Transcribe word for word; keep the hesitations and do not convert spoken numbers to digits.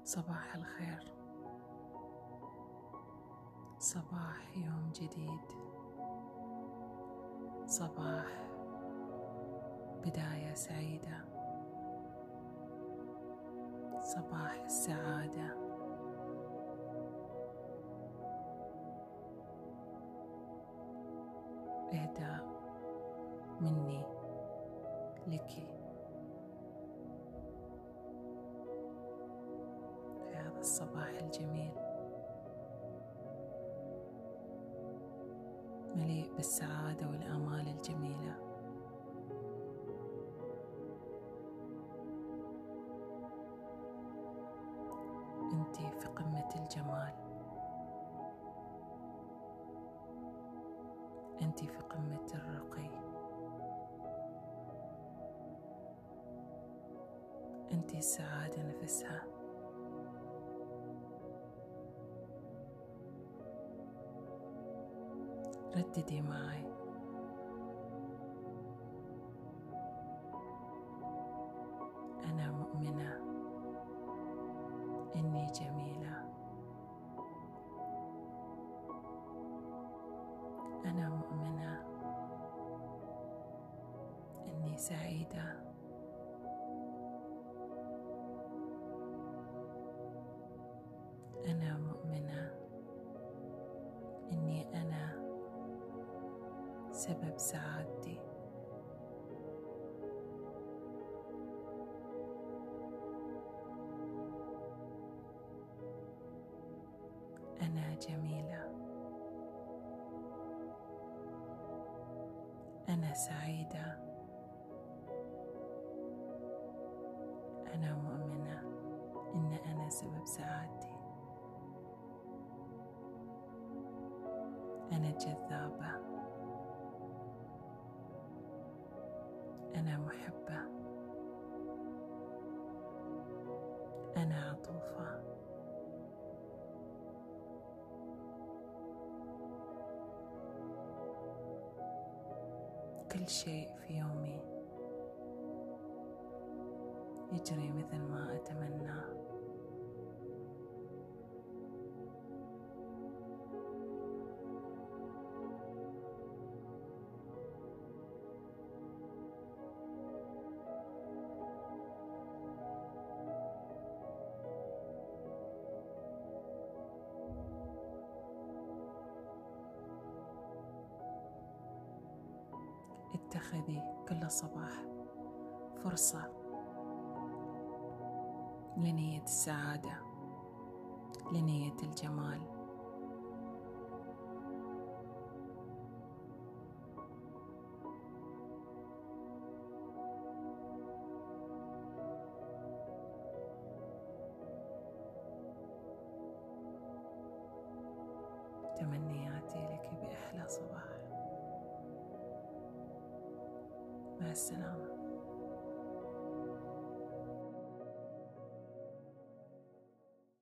صباح الخير، صباح يوم جديد، صباح بداية سعيدة، صباح السعادة. إهداء مني لك في هذا الصباح الجميل، مليء بالسعادة والآمال الجميلة. أنتِ في قمة الجمال، أنتِ في قمة الرقي، أنتِ السعادة نفسها. رددي معي: أنا مؤمنة إني جميلة، أنا مؤمنة إني سعيدة، أنا مؤمنة إني أنا سبب سعادتي، أنا جميلة، أنا سعيدة، أنا مؤمنة إن أنا سبب سعادتي، أنا جذابة، أنا محبة، أنا عطوفة، كل شيء في يومي يجري مثل ما أتمنى. اتخذي كل صباح فرصة لنية السعادة، لنية الجمال. تمنياتي لك بأحلى صباح. مع السلامة.